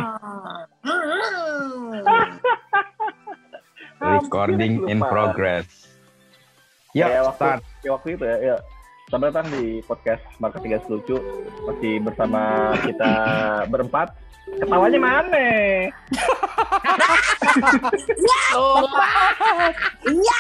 Recording in progress. Ya, waktu itu ya. Selamat datang di podcast Marketing Guys Lucu. Masih bersama kita berempat. Ketawanya mana? Iya.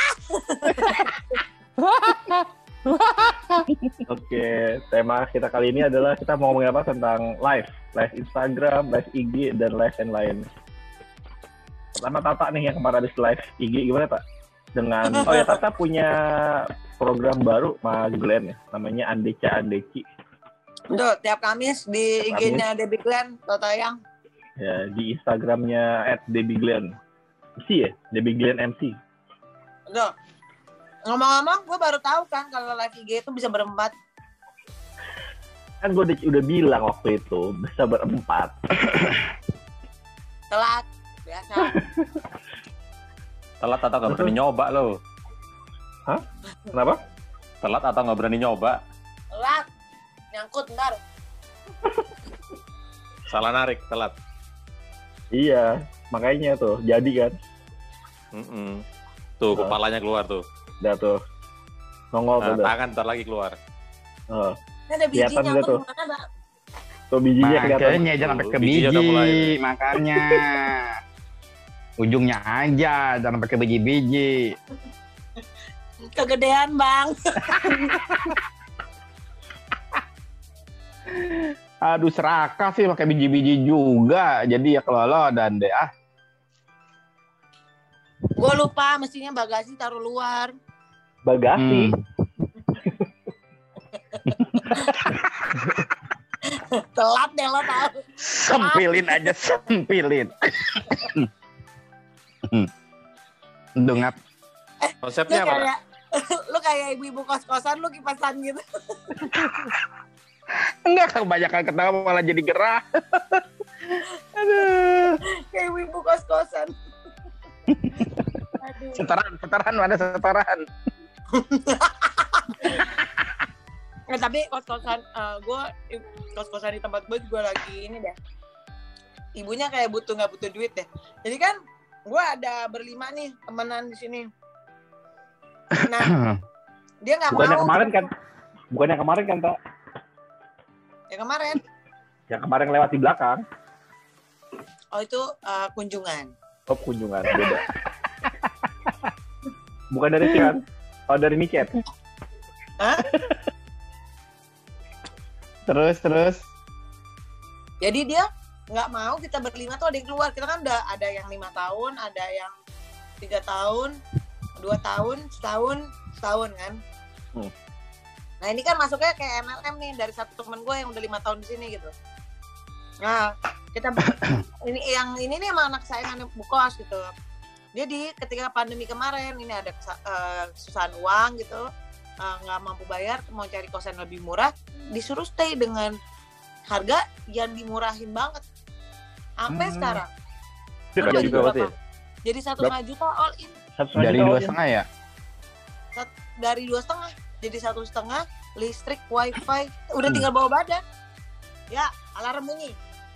Oke, tema kita kali ini adalah kita mau ngomongin apa tentang live Instagram, live IG, dan live yang lain. Pertama Tata nih yang kemarin habis live IG, gimana Pak? Tata punya program baru sama Glenn ya, namanya Andeci. Tuh, tiap Kamis di IG-nya Debbie Glenn, tayang. Ya, di Instagramnya @debbyglenn. MC ya, Debbie Glenn MC. Tuh. Ngomong-ngomong, gue baru tahu kan kalau live IG itu bisa berempat. Kan gue udah bilang waktu itu bisa berempat. Telat, biasa. Telat atau nggak berani nyoba lo? Hah? Kenapa? Telat atau nggak berani nyoba? Telat, nyangkut ntar. Salah narik, telat. Iya, makanya tuh jadi kan. Tuh kepalanya keluar tuh. Udah tuh. Nongol tuh. Tangan ntar lagi keluar. Ini ada biji nyangkut tuh. Gimana, Mbak? Tuh bijinya kelihatan. Makanya jangan sampai ke biji, makanya. Ujungnya aja, jangan pakai biji-biji. Kegedean, Bang. Aduh, serakah sih pakai biji-biji juga. Jadi ya kalau dan deh Gue lupa, mestinya bagasi taruh luar. Bagasi. Telat deh lo tau. Sempilin aja, sempilin. Dengar. Konsepnya apa? Lu kayak ibu-ibu kos-kosan, lu kipasan gitu. Enggak, kebanyakan ketawa malah jadi gerah. Aduh. Kayak ibu kos-kosan. Aduh. Setoran, mana setoran? Tapi kos-kosan, kos-kosan di tempat gue juga lagi ini deh. Ibunya kayak nggak butuh duit deh. Jadi kan gue ada berlima nih temenan di sini. Nah, dia nggak mau. Bukannya kemarin kan, Pak? Ya kemarin. Yang kemarin lewat di belakang. Oh itu kunjungan. Oh kunjungan beda. Bukan dari kan? Oh dari Micet. Hah? Terus. Jadi dia nggak mau kita berlima tuh ada yang keluar. Kita kan udah ada yang 5 tahun, ada yang 3 tahun, 2 tahun, setahun kan. Nah ini kan masuknya kayak MLM nih dari satu temen gue yang udah 5 tahun di sini gitu. Nah kita ini nih emang anak sayangan Bukos gitu. Jadi ketika pandemi kemarin ini ada kesusahan uang gitu, nggak mampu bayar, mau cari kosan lebih murah, disuruh stay dengan harga yang dimurahin banget. Sampai sekarang. Jadi 1,5 juta all in. Dari 2,5 ya? Dari 2,5 jadi 1,5, listrik, wifi, udah tinggal bawa badan. Ya, alarm bunyi.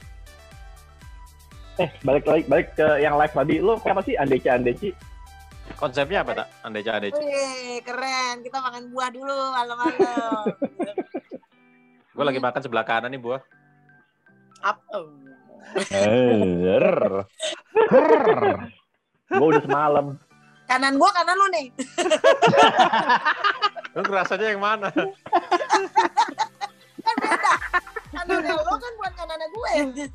Balik ke yang live tadi. Lo apa sih Andeci? Konsepnya apa tak? Andeci. Wih, keren. Kita makan buah dulu malam-malam. Gue lagi makan sebelah kanan nih buah. Gue udah semalam. Kanan gua, kanan lu nih. Lu ngerasanya yang mana? Kan beda. Kanannya lo kan bukan kanannya gue.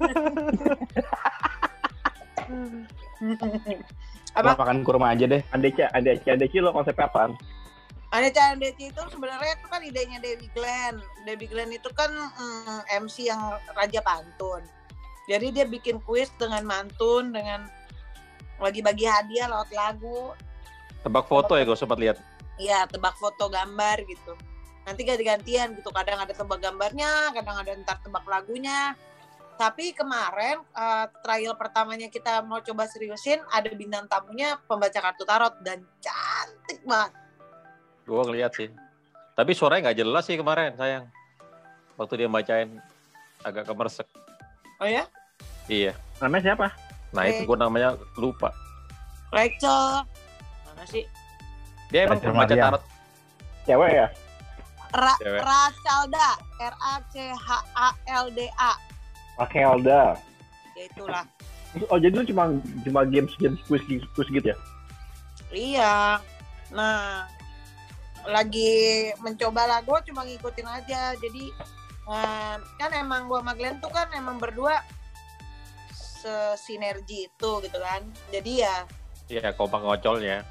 Apa? Makan kurma aja deh. Andeci lo konsep apaan? Andeci itu sebenarnya itu kan idenya Debbie Glenn. Debbie Glenn itu kan MC yang raja pantun. Jadi dia bikin kuis dengan mantun, dengan bagi-bagi hadiah lewat lagu. Tebak foto ya gue sempat lihat. Iya, tebak foto gambar gitu. Nanti ganti-gantian gitu. Kadang ada tebak gambarnya, kadang ada ntar tebak lagunya. Tapi kemarin trial pertamanya kita mau coba seriusin, ada bintang tamunya pembaca kartu tarot dan cantik banget. Gue ngeliat sih. Tapi suaranya nggak jelas sih kemarin, sayang. Waktu dia bacain agak kemersek. Oh ya? Iya. Namanya siapa? Nah itu gue namanya lupa. Rachel. Mana sih? Dia emang Rachel pembaca Maria. tarot. Cewek ya? Cewek. Rachalda. Rachalda. Rakelda. Ya itulah. Oh jadi lu cuma games quiz gitu ya? Iya. Nah, lagi mencoba lah. Gue cuma ngikutin aja. Jadi kan emang gue sama Glenn tuh kan emang berdua sinergi itu gitu kan. Jadi ya Iya, kompak ngocolnya.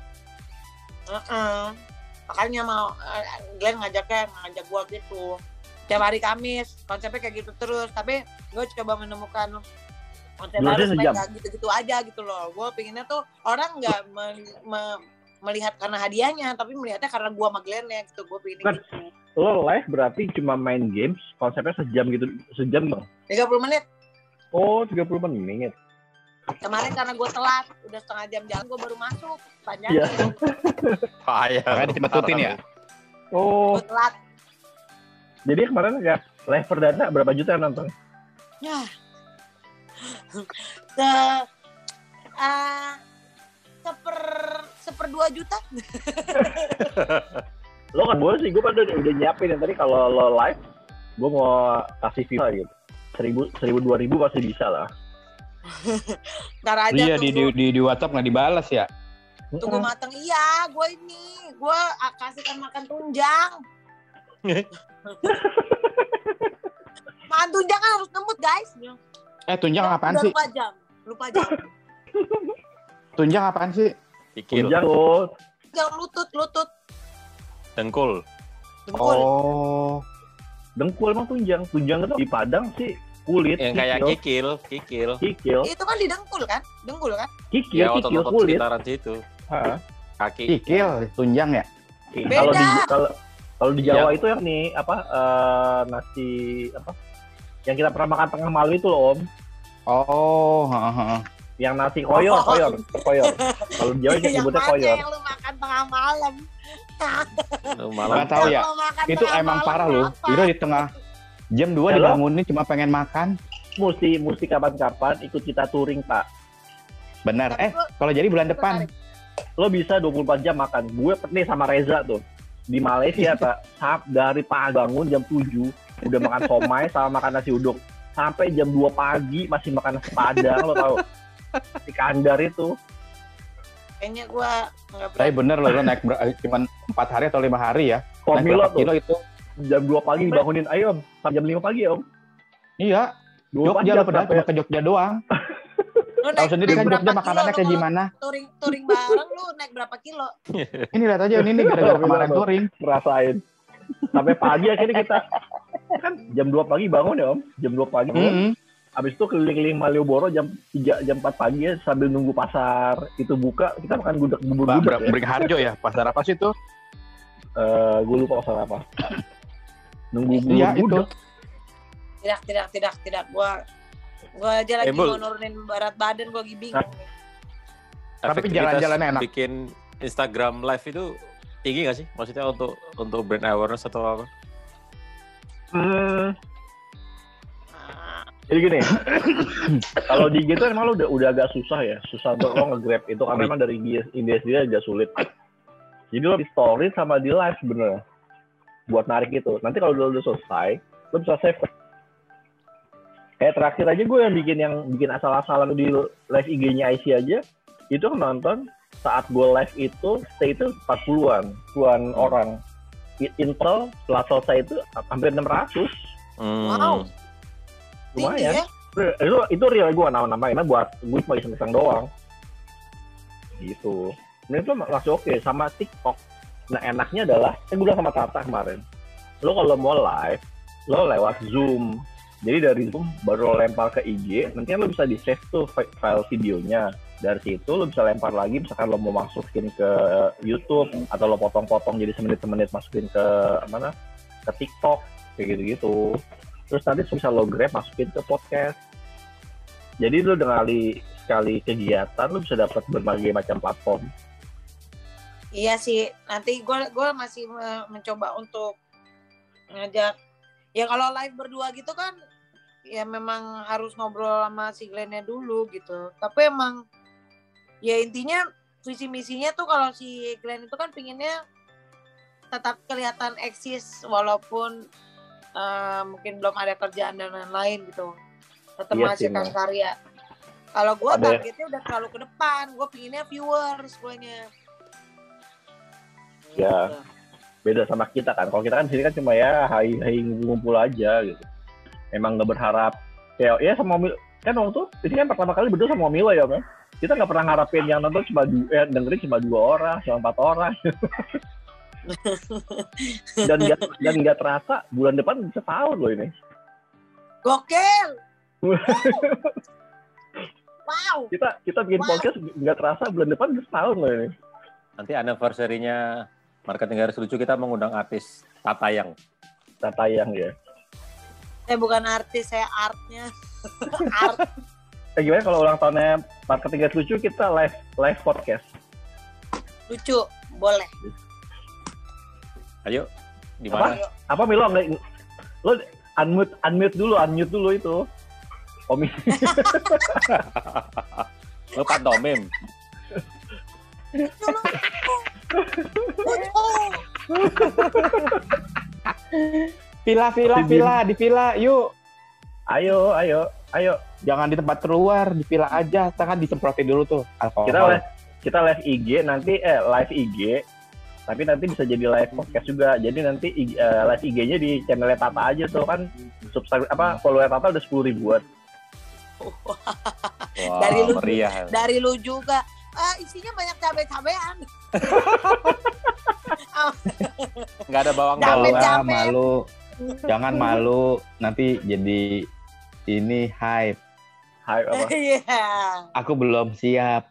makanya mau Glenn ngajak gue gitu. Tiap hari Kamis, konsepnya kayak gitu terus. Tapi gue coba menemukan konsep baru supaya nggak gitu-gitu aja gitu loh. Gue pinginnya tuh orang nggak melihat karena hadiahnya, tapi melihatnya karena gue sama Glenn ya gitu. Gue pingin Kan, gitu. Lo live berarti cuma main games, konsepnya sejam gitu, sejam dong? 30 menit. Oh, 30 menit. Kemarin karena gue telat, udah setengah jam jalan gue baru masuk. Panjang. Iya. Payah. Makanya dicepetin ya. Oh, Gue telat. jadi kemarin nggak live perdana berapa juta yang nonton? Ya. seper 2 juta. Lo kan boleh sih, gue pada udah nyiapin yang tadi kalau lo live, gue mau kasih FIFA gitu. 1.000, 2.000 pasti bisa lah. Ntar aja Iya tunggu, di WhatsApp nggak dibalas ya. tunggu mateng. Iya, gue kasihkan makan tunjang. Makan tunjang kan harus nembut guys. Tunjang apaan Udah sih? lupa jam. Tunjang apaan sih? Kikil. Tunjang lo. Jangan lutut. Dengkul. Dengkul. Oh. Dengkul emang tunjang. Tunjang itu di Padang sih kulit. Yang kayak kikil. Kikil. Itu kan di dengkul kan? Dengkul kan? Kikil, Ya kikil otot-otot kulit. sekitaran situ. Ha. Kaki. Kikil, tunjang ya? Beda. Kalau di Jawa itu yang nih nasi apa? Yang kita pernah makan tengah malam itu loh, Om. Oh, Yang nasi koyor. Kalau di Jawa kita sebutnya koyor. Yang lu makan tengah malam. Malam. Nggak tahu ya. Yang lu makan Itu tengah emang malam parah loh. apa? Itu di tengah jam 2 dibangunin cuma pengen makan. Mesti kapan-kapan ikut kita touring, Pak. Benar. Tapi gua- Kalau jadi bulan depan. Lo bisa 24 jam makan. Gue nih sama Reza tuh di Malaysia, Pak. Dari pagi bangun jam 7 udah makan somai sama makan nasi uduk. Sampai jam 2 pagi masih makan nasi padang, lo tau. Di Kandar itu. Kayaknya gue nggak Tapi berani. bener loh, lo naik cuma 4 hari atau 5 hari ya. Naik Komilo berapa tuh. kilo itu? Jam 2 pagi dibangunin, ayo Om. Sampai jam 5 pagi ya Om. Iya. 24 Jogja jam lo padahal sampai- cuma ke Jogja doang. Lu Tahu sendiri kan berapa Jogja kilo? makanannya Lu kayak kalau gimana. touring bareng lu naik berapa kilo? Ini lihat aja ini gara-gara kemarin Bener, touring. Rasain. Sampai pagi akhirnya kita kan jam 2 pagi bangun ya Om. Jam 2 pagi bangun. Mm-mm. Habis itu keliling-keliling Malioboro jam 3, jam 4 pagi ya sambil nunggu pasar itu buka, kita makan bubur-gudeg ya. Beringharjo ya, pasar apa sih itu? Gue lupa pasar apa. Nunggu Iya itu. bubur-gudeg. Tidak. Gua aja lagi Bul. mau nurunin berat badan, gua lagi bingung. nih. Tapi Efektivitas jalan-jalannya enak. bikin Instagram live itu tinggi nggak sih? Maksudnya untuk brand awareness atau apa? Nah, Jadi gini, kalau di IG itu emang lo udah agak susah ya, susah untuk lo nge-grab itu karena emang dari India sendiri agak sulit. Jadi lo di story sama di live bener buat narik itu. Nanti kalau udah selesai, lo bisa save. Kayak terakhir aja gue yang bikin asal-asalan di live IG-nya IC aja, itu nonton saat gue live itu stay itu 40-an orang. Intel setelah selesai itu hampir 600. wow, tinggi Lumayan. ya. Itu real gue nama-namain buat gue cuma iseng-iseng doang gitu. Nah itu masih oke sama TikTok. Nah enaknya adalah gue bilang sama Tata kemarin, lo kalau mau live lo lewat Zoom, jadi dari Zoom baru lo lempar ke IG, nanti lo bisa di save tuh file videonya. Dari situ lo bisa lempar lagi, misalkan lo mau masukin ke YouTube atau lo potong-potong jadi semenit-semenit masukin ke mana, ke TikTok kayak gitu-gitu. Terus nanti bisa lo grab masukin ke podcast. Jadi lo dengan sekali kegiatan lo bisa dapat berbagai macam platform. Iya sih, nanti gue masih mencoba untuk ngajak. Ya kalau live berdua gitu kan ya memang harus ngobrol sama si Glenn-nya dulu gitu. Tapi emang ya intinya visi misinya tuh kalau si Glenn itu kan pinginnya tetap kelihatan eksis walaupun mungkin belum ada kerjaan dan lain-lain gitu. Tetap menghasilkan karya. Kalau gue targetnya udah terlalu ke depan, gue pinginnya viewers guanya. Ya, beda sama kita kan. Kalau kita kan sini kan cuma ya hai ngumpul aja gitu. Emang nggak berharap ya sama kan waktu itu kan pertama kali berdua sama Milo ya, kan? Kita nggak pernah ngarapin yang nonton cuma dengerin cuma 2 orang, cuma 4 orang. dan nggak terasa bulan depan bisa tahun loh ini. Gokil. Wow. Kita bikin podcast nggak terasa bulan depan bisa tahun loh ini. Nanti anniversary-nya Marketing Garis Lucu kita mengundang artis Tatayang. Tatayang ya. Saya bukan artis, saya artnya. Art. Gimana kalau ulang tahunnya Marketing Garis Lucu kita live podcast? Lucu, boleh. Ayo, di mana? Apa Milo nggak? Lo unmute dulu itu. Omi. Lo pantomim. Villa, di villa, yuk. Ayo. Jangan di tempat keluar, di villa aja. Kita kan disemprotin dulu tuh alkohol. Kita live IG nanti live IG. Tapi nanti bisa jadi live podcast juga. Jadi nanti live IG-nya di channelnya Tata aja tuh kan. Subscribe follower Tata udah 10 ribuan. Wow, dari lu juga. Isinya banyak cabai-cabean. Nggak ada bawang malu. Jangan malu. Nanti jadi ini hype. Hype apa? Iya. Aku belum siap.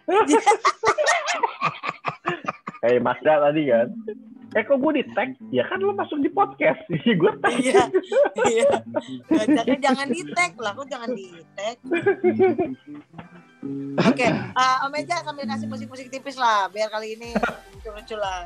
Kayak Mazda tadi kan. Kok gue di tag? Ya kan lo masuk di podcast. Gue tag. Iya. Jangan di tag lah. Kok jangan di tag? Oke. Om Eja sambil kasih musik-musik tipis lah. Biar kali ini lucu-lucu lah.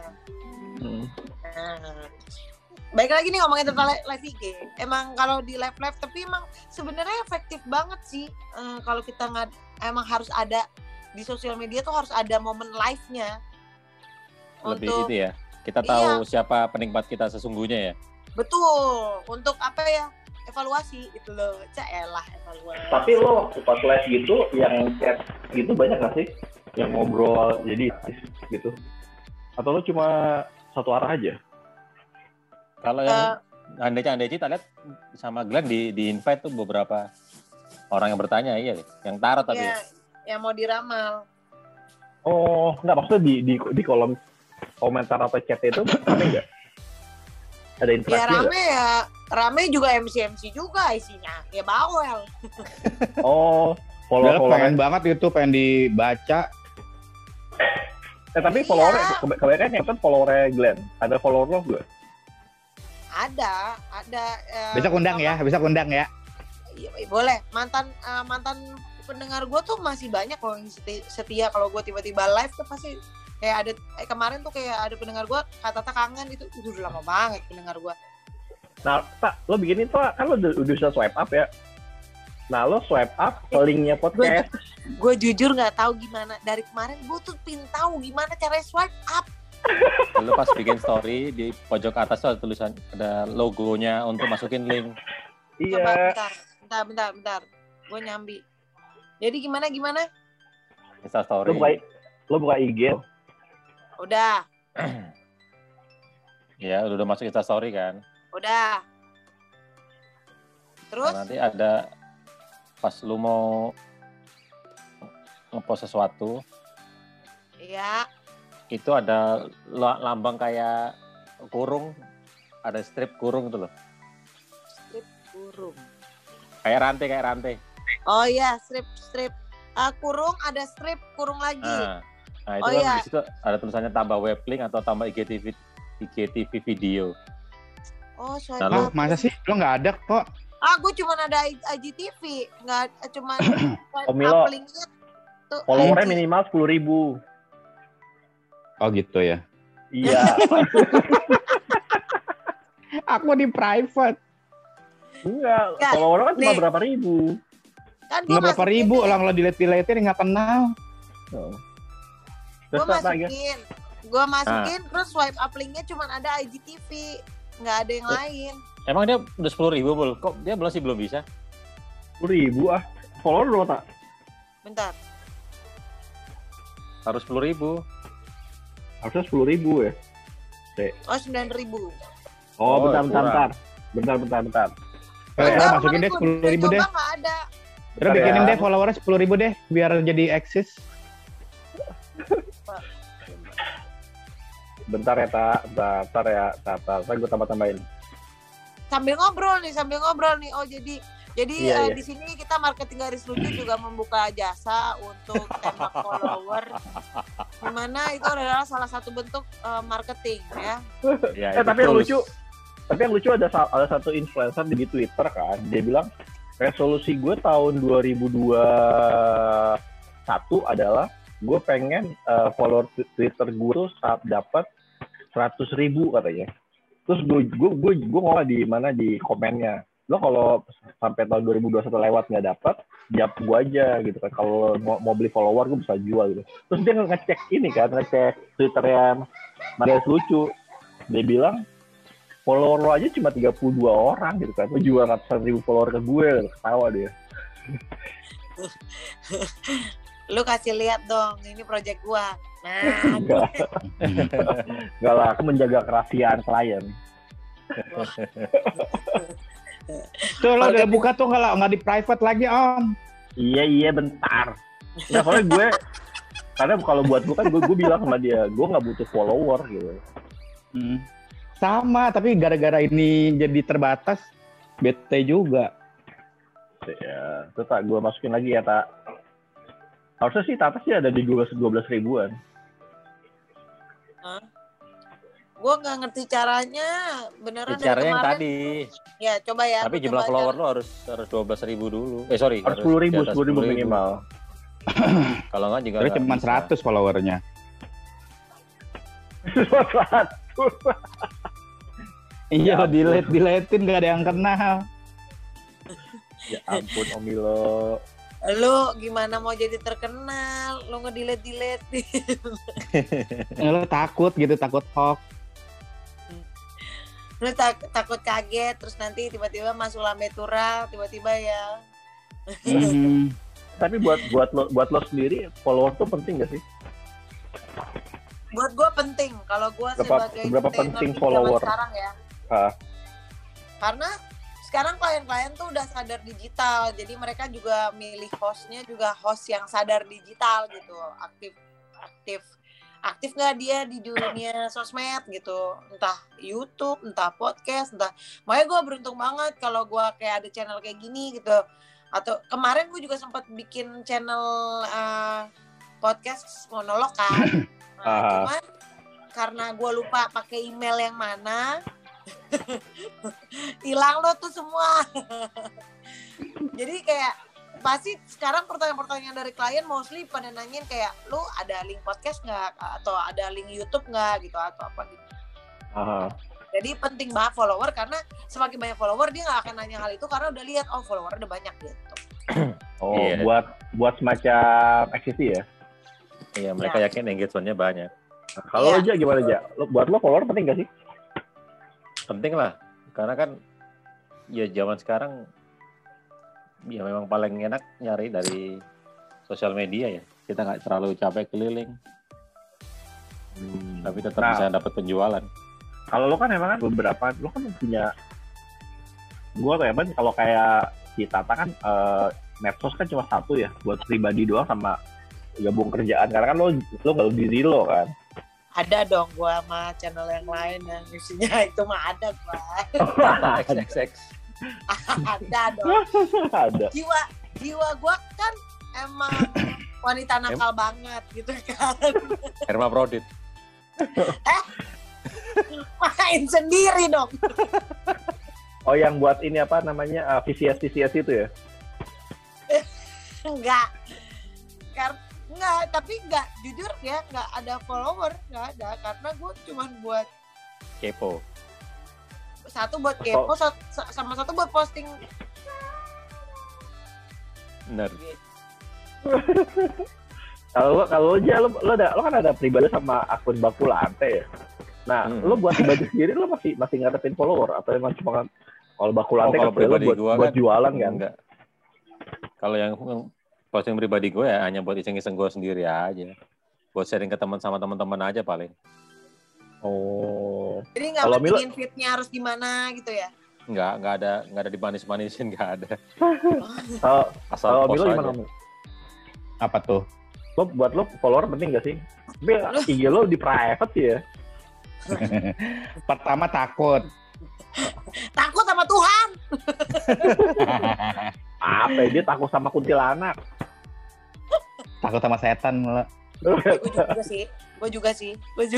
Baik lagi nih ngomongin tentang live IG. Emang kalau di live tapi emang sebenarnya efektif banget sih. Kalau kita emang harus ada di sosial media tuh harus ada momen live-nya. Lebih itu ya. Kita tahu siapa penikmat kita sesungguhnya ya. Betul. Untuk apa ya? Evaluasi itu loh. Caelah evaluasi. Tapi lo waktu pas live gitu yang chat gitu banyak gak sih? Yang ngobrol jadi gitu. Atau lo cuma satu arah aja? Kalau yang andai kita lihat sama Glenn di invite tuh beberapa orang yang bertanya yang tarot tapi. Iya, yang mau diramal. Oh, enggak maksudnya di kolom komentar atau chat itu rame nggak? Ada interaksi ya rame gak? Ya rame juga MC juga isinya ya bawel. Oh, follower pengen banget itu pengen dibaca. Tapi followernya kebanyakan yang kan followernya Glenn. Ada follower lo nggak? Ada. Besok undang ya. Iya, boleh. Mantan pendengar gue tuh masih banyak loh yang setia. Kalau gue tiba-tiba live tuh pasti kayak ada kemarin tuh kayak ada pendengar gue kata kangen itu udah lama banget pendengar gue. Nah, Tak, lo bikin itu kan lo udah bisa swipe up ya. Nah, lo swipe up linknya podcast. Gue jujur nggak tahu gimana. Dari kemarin gue tuh pengen tahu gimana cara swipe up. Lo pas bikin story di pojok atas tuh ada tulisan ada logonya untuk masukin link. Iya. Bentar. Gue nyambi. Jadi gimana? Insta story. Lo buka IG. Udah. Ya, udah masuk Insta story kan? Udah. Terus? Nah, nanti ada pas lu mau ngepost sesuatu. Iya. Itu ada lambang kayak kurung, ada strip kurung gitu loh. Strip kurung. Kayak rantai. Oh iya, strip. Kurung ada strip kurung lagi. Nah itu kan di situ ada tulisannya tambah weblink atau tambah IGTV video. Oh, soalnya masa sih? Lo nggak ada kok. Gue cuma ada IGTV, nggak cuma linknya. Followernya minimal 10.000. Oh gitu ya? Iya. Aku di private. Enggak, Kan, follower kan cuma nih. berapa ribu. Kan Nggak berapa ribu, orang lo delete-deletein nggak kenal. Oh. Gue Terus apa lagi? masukin terus swipe up linknya cuma ada IGTV, nggak ada yang lain. Emang dia udah 10.000 Bul? Kok dia belum bisa? 10.000 ah. Follower berapa tak? Bentar. Harus 10.000. Harusnya 10.000 ya. Oh 9.000. Oh, Oh, bentar. Udah masukin deh 10.000 deh. Coba nggak ada. Udah bikinin deh followernya 10.000 deh, biar jadi eksis. Bentar ya, bentar ya. Gue tambahin. Sambil ngobrol nih. Oh jadi Iya. di sini kita marketing garis lucu juga membuka jasa untuk tembak follower. Dimana itu adalah salah satu bentuk marketing ya. Ya, Tapi yang lucu ada satu influencer di Twitter kan, dia bilang resolusi gue tahun 2021 adalah gue pengen follower Twitter gue tuh dapat 100.000 katanya. Terus gue ngomong di komennya, lo kalau sampai tahun 2021 lewat nggak dapat, jawab gue aja gitu kan. Kalau mau beli follower gue bisa jual gitu. Terus dia ngecek Twitternya Marius Lucu, dia bilang follower lo aja cuma 32 orang gitu kan, lo jual ratusan ribu follower ke gue, ketawa dia. Lu kasih lihat dong, ini project gua. Nah, Enggak lah, aku menjaga kerahasiaan klien. Tuh lo udah buka tuh nggak di private lagi om. Iya bentar. Nah soalnya gue, karena kalau buat gue kan gue bilang sama dia, gue nggak butuh follower gitu. Sama, tapi gara-gara ini jadi terbatas, bete juga. Ya, itu tak gue masukin lagi ya tak. Harusnya sih Tata sih ada di 12 ribuan. gua nggak ngerti caranya, beneran dari Caranya yang kemarin. tadi. Ya, coba ya. Tapi gua jumlah coba follower aja. lo harus 12.000 dulu. Sorry. Harus 10.000 di atas 10.000 minimal. Kalau nggak juga Terus nggak cuma bisa. 100 followernya. Iya, deletein nggak ada yang kenal. Ya ampun Om Milo. Lu gimana mau jadi terkenal? Lu nge-delete. Lo takut gitu, takut hoax. Lu takut kaget, terus nanti tiba-tiba masuk lambe tura, tiba-tiba ya. Tapi buat lo sendiri follower tuh penting gak sih? Buat gue penting, kalau gue sebagai berapa entertainer penting di zaman follower? sekarang ya. Karena sekarang klien-klien tuh udah sadar digital, jadi mereka juga milih hostnya juga host yang sadar digital gitu, aktif nggak dia di dunia sosmed gitu, entah YouTube, entah podcast, makanya gue beruntung banget kalau gue kayak ada channel kayak gini gitu. Atau kemarin gue juga sempat bikin channel podcast monolog kan. Cuman karena gue lupa pakai email yang mana, hilang lo tuh semua. Jadi kayak pasti sekarang pertanyaan-pertanyaan dari klien mostly pada nanyain kayak, lu ada link podcast nggak? Atau ada link YouTube nggak gitu, atau apa gitu. Jadi penting banget follower, karena semakin banyak follower dia nggak akan nanya hal itu karena udah lihat oh follower udah banyak gitu. Oh, Iya. buat semacam eksisi ya. Iya, mereka yakin engagement-nya banyak. Kalau Iya. aja gimana aja? Buat lo follower penting gak sih? Penting lah, karena kan ya zaman sekarang ya memang paling enak nyari dari sosial media ya. Kita nggak terlalu capek keliling, tapi tetap bisa dapat penjualan. Kalau lo kan emang kan beberapa, lo kan punya, gue tuh emang kalau kayak si Tata kan medsos kan cuma satu ya, buat pribadi doang sama gabung kerjaan. Karena kan lo nggak diri lo kan. Ada dong gua sama channel yang lain yang isinya itu mah ada gua. XXX. Ada dong. Ada. Jiwa gua kan emang wanita nakal banget gitu kan. Hermaprodit. Main sendiri dong. Oh yang buat ini apa namanya VCS itu ya? Enggak. Enggak, tapi enggak, jujur ya, enggak ada follower, enggak ada, karena gue cuma buat Kepo. Satu buat kepo, sama satu buat posting. Bener. Kalau lo kan ada pribadi sama akun baku lantai ya. Nah, lo buat pribadi sendiri lo masih ngarepin follower atau emang cuma kalau baku lantai kalau pribadi buat kan, jualan kan? Enggak. Kalau yang posting pribadi gue ya hanya buat iseng-iseng gue sendiri aja. Buat sharing ke teman-teman aja paling. Oh. Jadi nggak pentingin feed-nya harus gimana gitu ya? Nggak ada dimanis-manisin, nggak ada. Asal post aja. Apa tuh? Buat lo follower penting nggak sih? Tapi IG lo di private ya? Pertama takut. Takut sama Tuhan. Apa ya? Dia takut sama kuntilanak. Takut sama setan lo. Gue juga sih.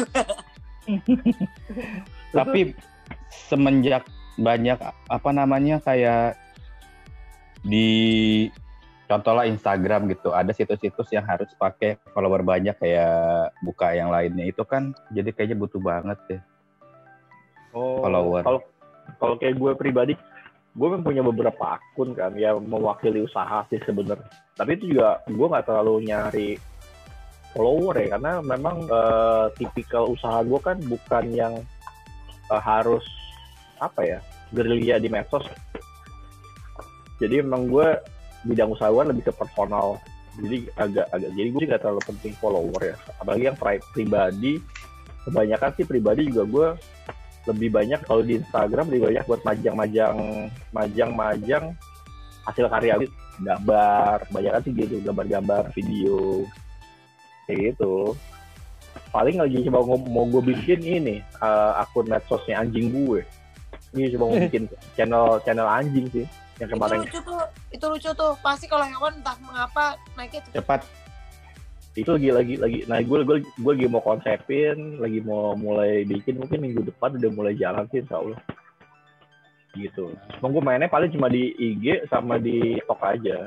Tapi semenjak banyak kayak di contohnya Instagram gitu, ada situs-situs yang harus pakai follower banyak kayak buka yang lainnya, itu kan jadi kayaknya butuh banget deh follower. Kalau kayak gue pribadi, gue punya beberapa akun kan yang mewakili usaha sih sebenarnya. Tapi itu juga gue nggak terlalu nyari follower ya, karena memang tipikal usaha gue kan bukan yang harus gerilya di medsos. Jadi memang gue bidang usaha gue lebih ke personal, jadi agak jadi gue nggak terlalu penting follower ya, apalagi yang pribadi. Kebanyakan sih pribadi juga gue lebih banyak kalau di Instagram lebih banyak buat majang hasil karya, gambar, banyak sih gitu, gambar video kayak gitu. Paling lagi coba mau gue bikin ini akun medsosnya anjing gue. Ini coba mau bikin channel anjing sih yang kemarin. Itu lucu tuh. Pasti kalau hewan entah mengapa naiknya cepat. Itu lagi. Nah, gue lagi mau konsepin, lagi mau mulai bikin, mungkin minggu depan udah mulai jalan sih insyaallah. Gitu. Cuma gue mainnya paling cuma di IG sama di TikTok aja.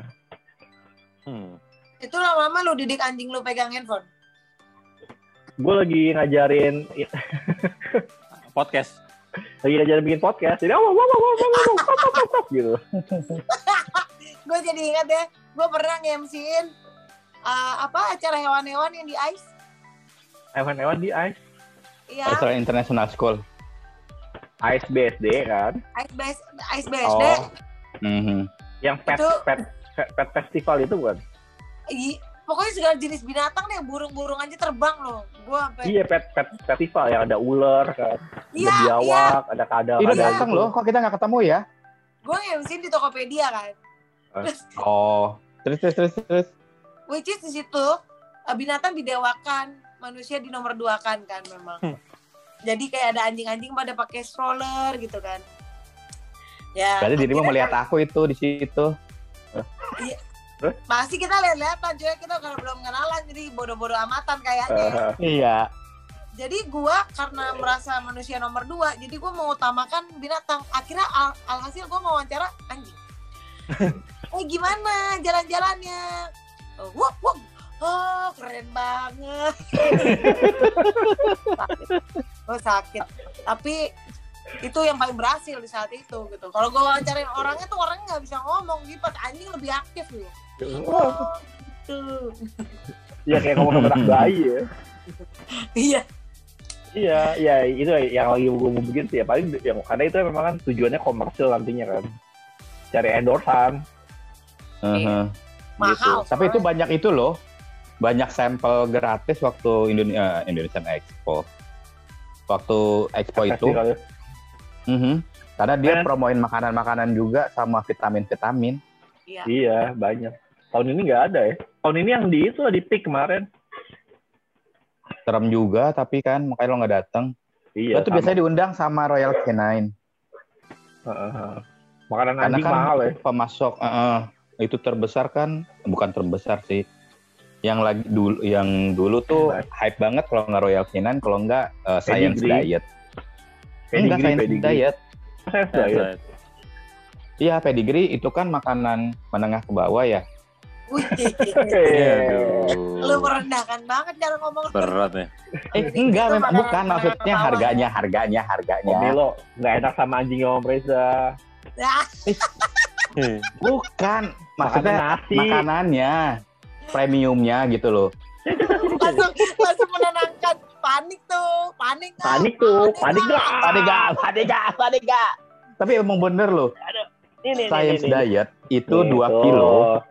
Itu lama-lama lu didik anjing lu pegang handphone. Gue lagi ngajarin podcast. Lagi ngajarin bikin podcast. Jadi gitu. Gue jadi ingat ya, gue pernah nge-MC-in acara hewan-hewan yang di ICE. Hewan-hewan di ICE? Iya. Acara International School. ICE BSD kan? ICE BSD. Oh. Yang pet festival itu bukan? Pokoknya segala jenis binatang deh, burung-burung aja terbang loh. Gua sampai. Iya, pet festival yang ada ular kan. Iya, ada biawak, ada kadal. Itu datang loh, kok kita nggak ketemu ya? Gue nge-MC di Tokopedia kan. Terus. Which is di situ binatang didewakan, manusia di nomor 2-kan kan memang. Jadi kayak ada anjing-anjing pada pakai stroller gitu kan. Ya. Berarti dirimu melihat aku itu di situ. Iya. Pasti kita lihat-lihatan, cuy, kita kalau belum kenalan jadi bodoh-bodoh amatan kayaknya. Iya. Jadi gua karena merasa manusia nomor 2, jadi gua mengutamakan binatang. Akhirnya alhasil gua mau wawancara anjing. Gimana jalan-jalannya? Oh, keren banget. sakit. Tapi itu yang paling berhasil di saat itu gitu. Kalau gue wawancarain orangnya tuh orangnya nggak bisa ngomong, gitu. Anjing lebih aktif nih. Iya, kayak ngomong sama anak bayi ya. Iya, itu yang lagi gue mau bikin sih ya, paling yang karena itu memang kan tujuannya komersil nantinya kan, cari endorsan. Mahal. Tapi itu banyak itu loh, banyak sampel gratis waktu Indonesian Expo. Waktu Expo itu. Karena dia promoin makanan-makanan juga sama vitamin-vitamin. Iya, banyak. Tahun ini nggak ada ya. Tahun ini yang di PIK kemarin. Serem juga, tapi kan makanya lo nggak datang. Iya. Lo tuh biasanya diundang sama Royal Canin. Makanan anjing kan mahal ya. Pemasok itu terbesar kan, bukan terbesar sih. Yang dulu tuh hype banget kalau nggak Royal Canin, kalau nggak Science Diet. Enggak, Science Diet. Science Diet. Iya, pedigree itu kan makanan menengah ke bawah ya. Wih, Aduh. lu merendahkan banget cara ngomong. Berat ya. Enggak, Itu memang makanan- bukan maksudnya makanan harganya. Milo nggak enak sama anjing Om Reza. Ya, Bukan, Makanan maksudnya nasi. makanannya, premiumnya gitu loh. langsung menenangkan. Panik tuh, panik nggak? Panik nggak? Panik gak. Tapi emang bener loh, Ini. Science Diet itu Nih, 2 tuh. kilo.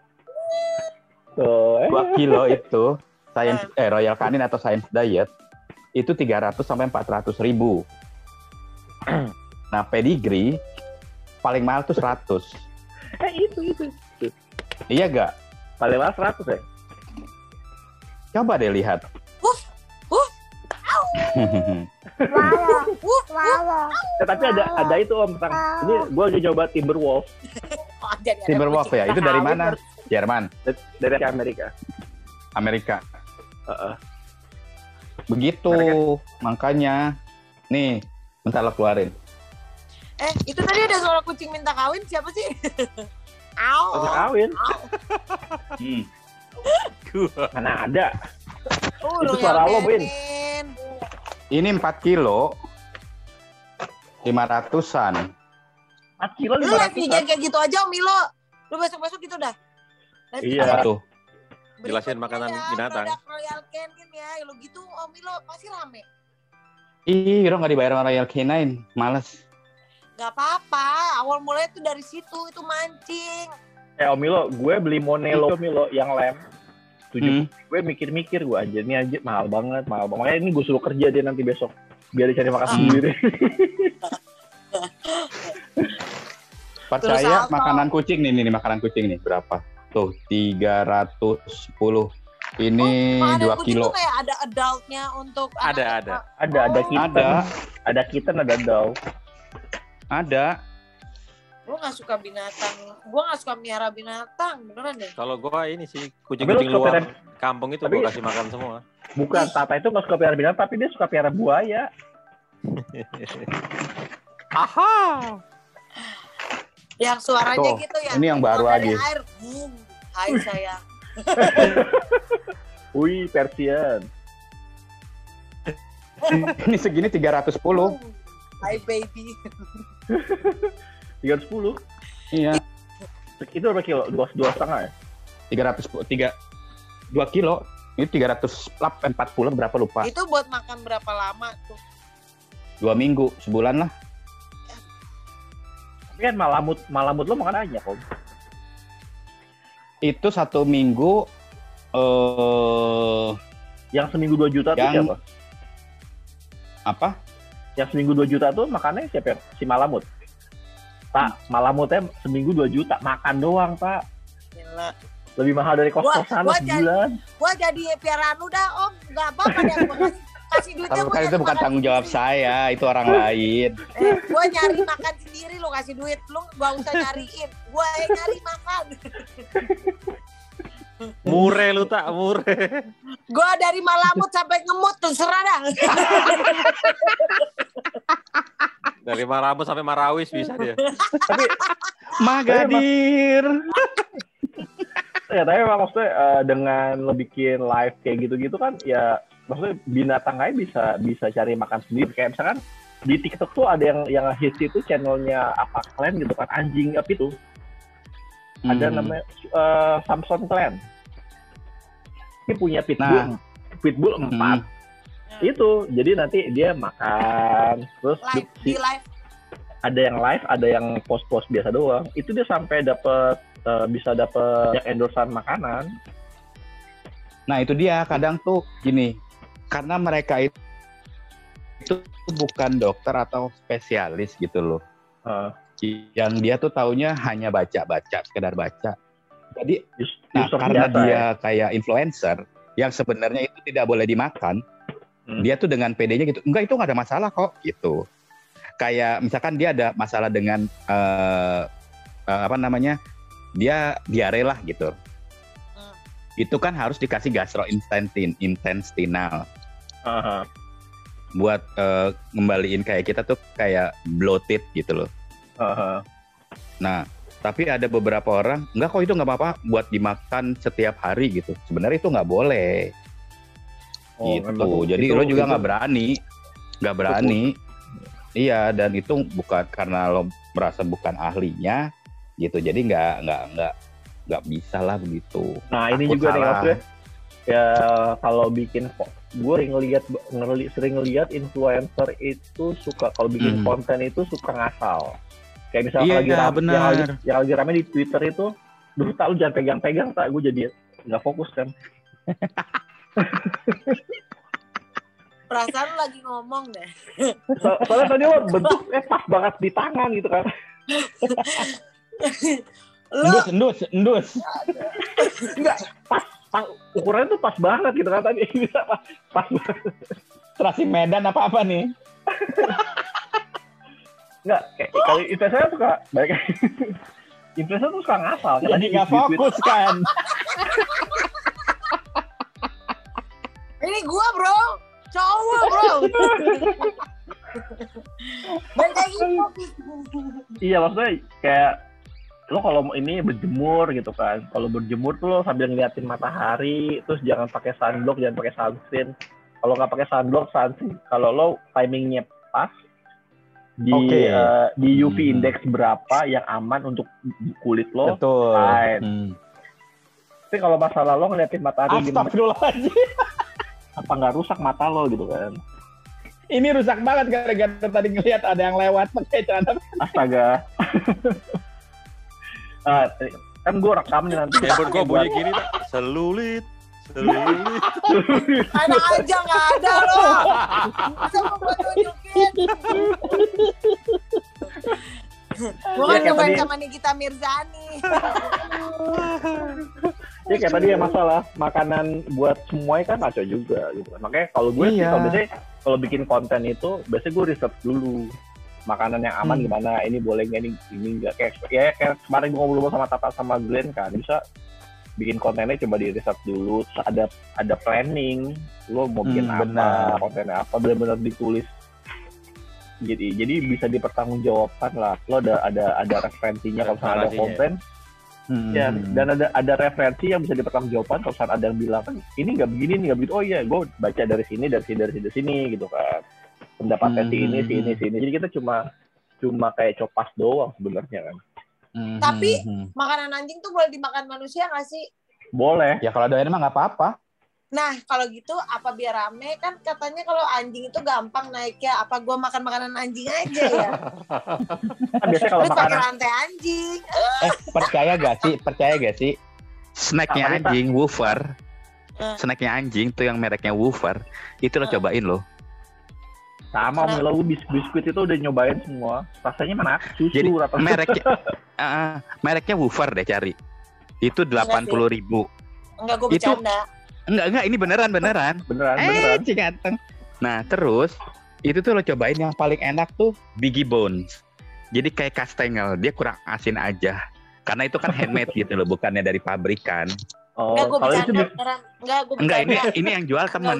Tuh, 2 kilo itu Royal Canin atau Science Diet itu 300 sampai 400 ribu. Nah, pedigree paling mahal tuh 100. Itu. Iya gak? Paling mahal 100 ya? Coba deh lihat. Tapi ada itu Om tentang ini gue lagi coba Timberwolf Oh, jadi ada Timberwolf kucing. ya, itu dari mana? Jerman, dari Amerika. Amerika. Heeh. Begitu, makanya. Nih, bentar lo keluarin. Itu tadi ada suara kucing minta kawin, siapa sih? Harus Au. kawin. Hmm. Mana ada? Itu Royal suara lo, Bin. Canin. Ini 4 kilo 500-an. 4 kilo Lu live 500. IG kayak gitu aja Om Milo. Lu besok-besok gitu dah. Live Iya. IG. Apa tuh? Jelasin Berikutnya makanan ya, binatang. Produk Royal Canin ya. Lu gitu Om Milo pasti rame. Ih, lo nggak dibayar sama Royal Canin, males. Gak apa-apa. Awal mulanya tuh dari situ. Itu mancing. Om Milo, gue beli Monelo Milo yang lem. 70. Gue mikir-mikir gue aja ini aja mahal banget. Makanya ini gue suruh kerja dia nanti besok biar dia cari makan sendiri. Percaya Terus apa? makanan kucing nih makanan kucing nih berapa? Tuh 310. Ini Makanan 2 kucing kilo. tuh kayak ada adultnya untuk Ada. anak-anak. Ada kitten. Ada kitten, ada dog. Ada. Gue gak suka binatang. Gue gak suka miara binatang. Beneran deh. Kalau gua ini sih Tapi kucing-kucing lu suka luar kampung itu tapi- gua kasih makan semua. Bukan, Tata itu nggak suka piara binatang, tapi dia suka piara buaya. Aha. Yang suaranya Tuh, gitu ya. ini yang baru keluar dari lagi. air. Hai sayang. Wih, Persian. Ini segini 310. Hai baby. 310. Iya, Itu berapa kilo? 2,5 ya? 2 kilo. Ini 340 berapa lupa. Itu buat makan berapa lama tuh? 2 minggu, sebulan lah. Tapi kan malamut lo makan aja kok. Itu 1 minggu Yang seminggu 2 juta tuh Yang- siapa? apa? Yang seminggu 2 juta tuh makannya siapa? Ya? Si malamut. Pak, malamutnya seminggu 2 juta. Makan doang, Pak. Gila. Lebih mahal dari kos-kosan lo Gua sebulan. Gua jadi piaraan lu dah om. Gak apa-apa deh. Gua kasih duitnya. Kalau kan itu bukan tanggung jawab saya, itu orang lain. Gua nyari makan sendiri lu kasih duit. Lu gak usah nyariin. Gua yang nyari makan. Mure lu tak, mure. Gua dari malamut sampai ngemut tuh serah dah. Dari Maramut sampai Marawis bisa dia. Tapi Magadir. ya tapi emang maksudnya dengan lo bikin live kayak gitu-gitu kan ya maksudnya binatang aja bisa cari makan sendiri. Kayak misalkan di TikTok tuh ada yang hits itu channelnya apa Clan gitu kan, anjing apa itu. Ada namanya Samson Clan. Ini punya pitbull. Pitbull 4. Itu jadi nanti dia makan terus Live di live. ada yang live, ada yang post-post biasa doang. Itu dia sampai bisa dapet yang endorsean makanan. Nah itu dia kadang tuh gini, karena mereka itu bukan dokter atau spesialis gitu loh. Yang dia tuh taunya hanya baca-baca, sekedar baca. Jadi, nah karena biasa, dia kayak influencer, yang sebenarnya itu tidak boleh dimakan, dia tuh dengan PD-nya gitu, enggak itu nggak ada masalah kok gitu. Kayak misalkan dia ada masalah dengan apa namanya, dia diare lah gitu. Itu kan harus dikasih gastrointestinal. Buat ngembaliin kayak kita tuh kayak bloated gitu loh. Nah, Tapi ada beberapa orang, enggak kok itu nggak apa-apa buat dimakan setiap hari gitu. Sebenarnya itu nggak boleh. Gitu. Jadi lo juga nggak berani. Iya, dan itu bukan karena lo merasa bukan ahlinya, gitu. Jadi nggak bisa lah begitu. Nah ini Takut juga nih salah. maksudnya, ya kalau bikin, gue sering ngeliat influencer itu suka kalau bikin konten itu suka ngasal. Kayak misalnya yang lagi rame di Twitter itu, duh tak lu jangan pegang-pegang tak, gue jadi nggak fokus kan. Perasaan lu lagi ngomong deh. Soalnya tadi lo bentuknya pas banget di tangan gitu kan. Lu Endus. Enggak, pas ukurannya tuh pas banget gitu kan tadi. Bisa pas banget. Terasi Medan apa nih? Enggak, kayak kalau investor suka baik. Investor tuh suka ngasal. Jadi nggak fokus kan? ini gua bro, cowok bro. Dan kayak gitu. Iya maksudnya kayak lo kalau ini berjemur gitu kan. Kalau berjemur tuh lo sambil ngeliatin matahari, terus jangan pakai sunblock, jangan pakai sunscreen. Kalau nggak pakai sunblock, sunscreen, kalau lo timingnya pas di UV index berapa yang aman untuk kulit lo. Betul. Tapi kalau masalah lo ngeliatin matahari Astagfirullahaladzim. apa nggak rusak mata lo gitu kan? Ini rusak banget gara-gara tadi ngelihat ada yang lewat pakai celana. Astaga. Kan gue rekam nih nanti. Handphone gue bunyi gini tak? Selulit. Anak aja nggak ada loh. Masa mau gue tunjukin? Gue kan nyobain sama Nikita Mirzani. Ya kayak tadi ya masalah makanan buat semuanya kan ngaco juga gitu. Makanya kalau gue sih kalau bikin konten itu biasanya gue riset dulu makanan yang aman gimana, ini boleh nggak, ini nggak, kayak kemarin gue ngobrol sama Tata sama Glenn kan, bisa bikin kontennya coba di riset dulu, terus ada planning lo mau bikin apa, kontennya apa, benar-benar ditulis. Jadi bisa dipertanggungjawabkan lah, lo ada referensinya kalau misalnya ada konten. Ya, dan ada referensi yang bisa dipertanggungjawabkan kalau misalnya ada yang bilang kan ini nggak begini, ini nggak begitu. Oh iya, gue baca dari sini gitu kan. Pendapatnya sini. Jadi kita cuma kayak copas doang sebenarnya kan. Tapi makanan anjing tuh boleh dimakan manusia nggak sih? Boleh. Ya kalau doyan mah nggak apa-apa. Nah kalau gitu apa biar rame, kan katanya kalau anjing itu gampang naiknya, apa gua makan makanan anjing aja ya? Kan biasanya kalau terus makanan pakai rantai anjing. Percaya gak sih? Snacknya anjing Woofer. Snacknya anjing tuh yang mereknya Woofer. Itu lo cobain lo. Sama Milo biskuit itu udah nyobain semua. Rasanya mana? Susu. Jadi rata. mereknya Woofer deh cari. Itu 80.000. Enggak, gue bercanda. Enggak, ini beneran. Beneran. Cinganteng. Nah, terus itu tuh lo cobain yang paling enak tuh Biggie Bones. Jadi kayak kastengel, dia kurang asin aja. Karena itu kan handmade gitu loh, bukannya dari pabrikan. Enggak, gue bercanda. Enggak, gue bercanda. Enggak, ini yang jual temen.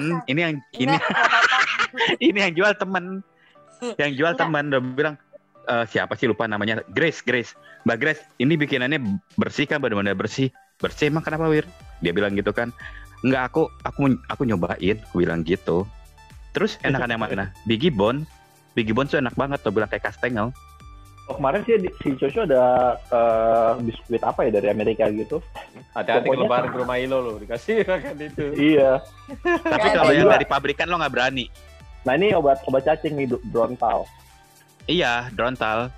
Ini yang jual temen. Yang jual temen udah bilang siapa sih, lupa namanya, Grace. Mbak Grace, ini bikinannya bersih kan, benar-benar bersih. Bersih emang kenapa, Wir? Dia bilang gitu kan. Enggak, aku nyobain, aku bilang gitu. Terus enakan yang mana? Biggie Bones tuh enak banget tuh, bilang kayak kastengel. Kemarin sih si Coco ada biskuit apa ya dari Amerika gitu. Hati-hati kalau bareng ke rumah Ilo lo dikasih kan itu. Iya. Tapi kalau yang dari pabrikan lo nggak berani. Nah ini obat cacing nih, Drontal. Iya, Drontal.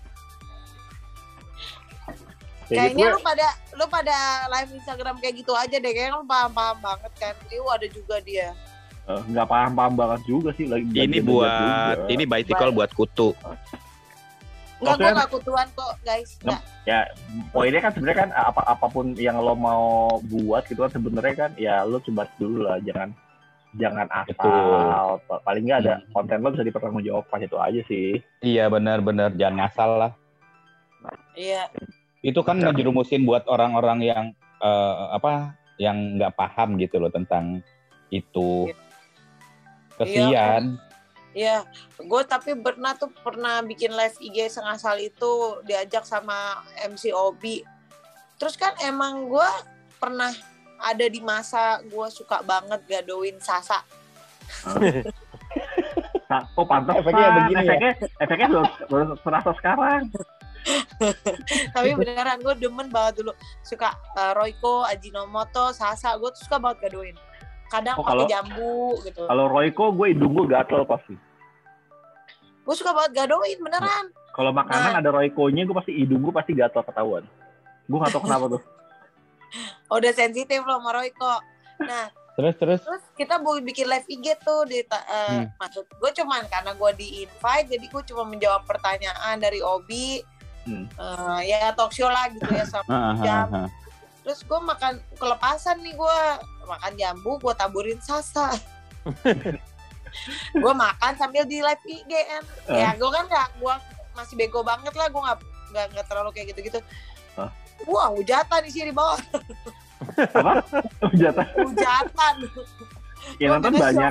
Kayaknya lu pada live Instagram kayak gitu aja deh, kayaknya lu paham banget kan. Ada juga dia. Nggak paham banget juga sih. Ini bicycle buat kutu. Enggak, gue gak kutuan kok guys. Nggak. Ya poinnya kan sebenarnya kan apapun yang lo mau buat gitu kan sebenarnya kan ya lo coba dulu lah, jangan asal. Paling nggak ada konten lo bisa dipertanggungjawabkan, itu aja sih. Iya benar, jangan ngasal lah. Iya. Itu kan ngejerumusin buat orang-orang yang yang nggak paham gitu loh tentang itu. Kesian. Ya, gue tapi pernah bikin live IG sengasal itu diajak sama MC Obi. Terus kan emang gue pernah ada di masa gue suka banget gadoin Sasa. Oh pantas Efeknya begini ya? Efeknya baru terasa sekarang. Tapi beneran gue demen banget dulu. Suka Royco, Ajinomoto, Sasa. Gue tuh suka banget gadoin. Kadang pakai jambu gitu. Kalau Royco gue hidung gue gatel pasti. Gue suka banget gadoin beneran. Kalau makanan ada Royco-nya gue pasti hidung gue pasti gatel ketahuan. Gue gak tau kenapa tuh. Udah sensitif loh sama Royco. Nah, Terus kita mau bikin live IG tuh maksud gue cuman karena gue di invite jadi gue cuma menjawab pertanyaan dari Obi. Ya talk show lah gitu ya sama jam. Terus gue makan kelepasan nih, gue makan jambu, gue taburin Sasa. Gue makan sambil di live IG kan. Ya gue kan gue masih bego banget lah, gue nggak terlalu kayak gitu-gitu. Wah, hujatan isi di bawah. Apa? Hujatan. Yang nonton banyak.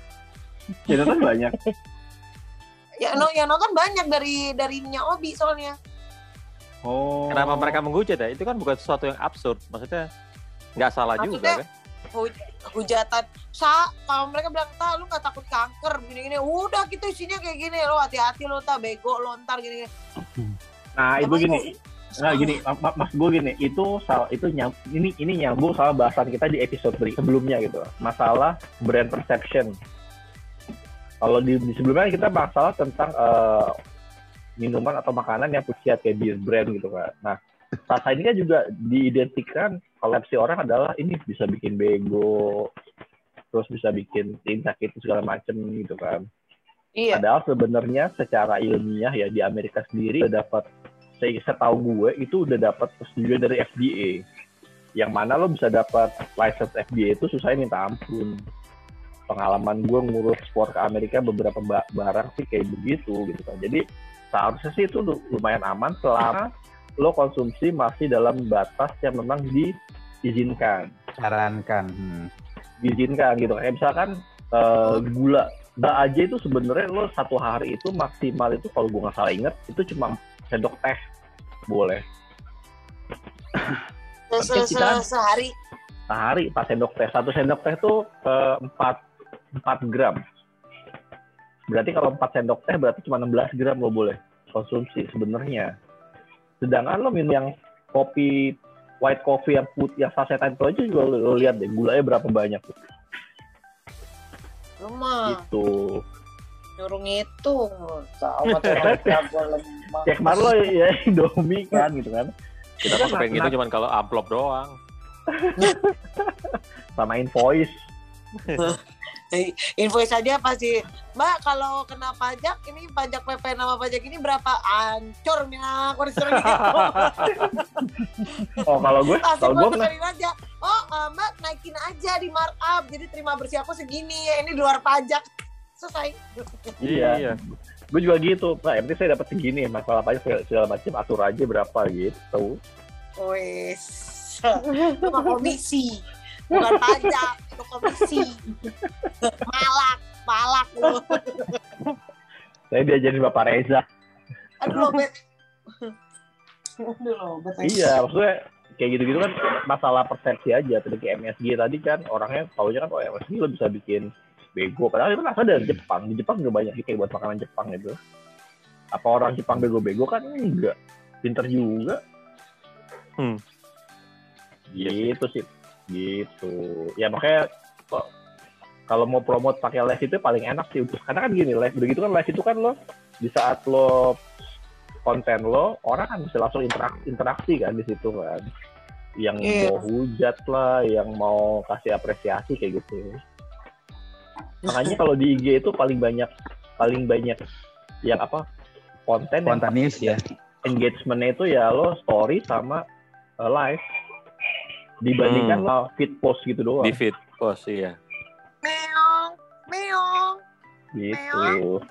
Yang nonton banyak dari Nya Obi soalnya. Oh. Kenapa mereka menghujat ya? Itu kan bukan sesuatu yang absurd. Maksudnya nggak salah juga kan? Hujatan. Kalau mereka bilang, lu nggak takut kanker gini-gini. Udah gitu isinya kayak gini. Lo hati-hati lo, bego lo ntar gini-gini. Nah itu gini. Nah gini, mas gue gini. Ini nyambung sama bahasan kita di episode sebelumnya gitu. Masalah brand perception. Kalau di sebelumnya kita masalah tentang minuman atau makanan yang punya kayak beer brand gitu kan. Nah, Sasa ini kan juga diidentikan konsepsi orang adalah ini bisa bikin bego, terus bisa bikin tindak itu segala macem gitu kan. Iya. Padahal sebenarnya secara ilmiah ya di Amerika sendiri udah dapat, setahu gue itu udah dapat persetujuan dari FDA. Yang mana lo bisa dapat license FDA itu susahnya minta ampun. Pengalaman gue ngurus sport ke Amerika beberapa barang sih kayak begitu gitu kan. Jadi seharusnya sih itu lumayan aman selama lo konsumsi masih dalam batas yang memang diizinkan. Sarankan. Diizinkan gitu. Kayak misalkan gula aja itu sebenarnya lo satu hari itu maksimal itu kalau gue nggak salah inget itu cuma sendok teh boleh. Sehari 4 sendok teh. 1 sendok teh tuh 4 gram. Berarti kalau 4 sendok teh berarti cuma 16 gram lo boleh konsumsi sebenarnya. Sedangkan lo minum yang kopi white coffee yang putih yang sasetan itu aja juga lo lihat deh gulanya berapa banyak tuh. Rumah. Itu. Nyuruh ngitung. Cek kemarin lo ya Indomie kan gitu kan. Kita kan pengen gitu cuma kalau amplop doang. Sama invoice. Invoice aja pasti, Mbak kalau kena pajak ini pajak PP nama pajak ini berapa? Ancur minyak aku disuruh gitu. Oh kalau gue aja. Oh Mbak naikin aja di markup, jadi terima bersih aku segini ya, ini di luar pajak. Selesai. Iya. Gue juga gitu, Pak. Yang penting saya dapat segini, masalah pajak segala macam atur aja berapa gitu. Wes. Itu mah komisi. Bukan pajak, itu komisi. Malak lu. Saya diajarin Bapak Reza. Aduh, Bet. Iya, maksudnya kayak gitu-gitu kan masalah persepsi aja. Tadi kayak MSG tadi kan orangnya taunya kan MSG lo bisa bikin bego. Padahal itu kan asal dari Jepang. Di Jepang juga banyak kayak buat makanan Jepang gitu. Apa orang Jepang bego-bego kan enggak. Pinter juga. Gitu sih. Gitu. Ya makanya kalau mau promote pakai live itu paling enak sih. Karena kan gini, live begitu kan, live itu kan lo di saat lo konten lo, orang kan bisa langsung interaksi kan di situ kan. Yang mau hujat lah, yang mau kasih apresiasi kayak gitu. Makanya kalau di IG itu paling banyak yang apa? Konten spontaneous ya. Engagement-nya itu ya lo story sama live. Dibandingkan lo feed post gitu doang. Di feed post iya. Meong. Gitu.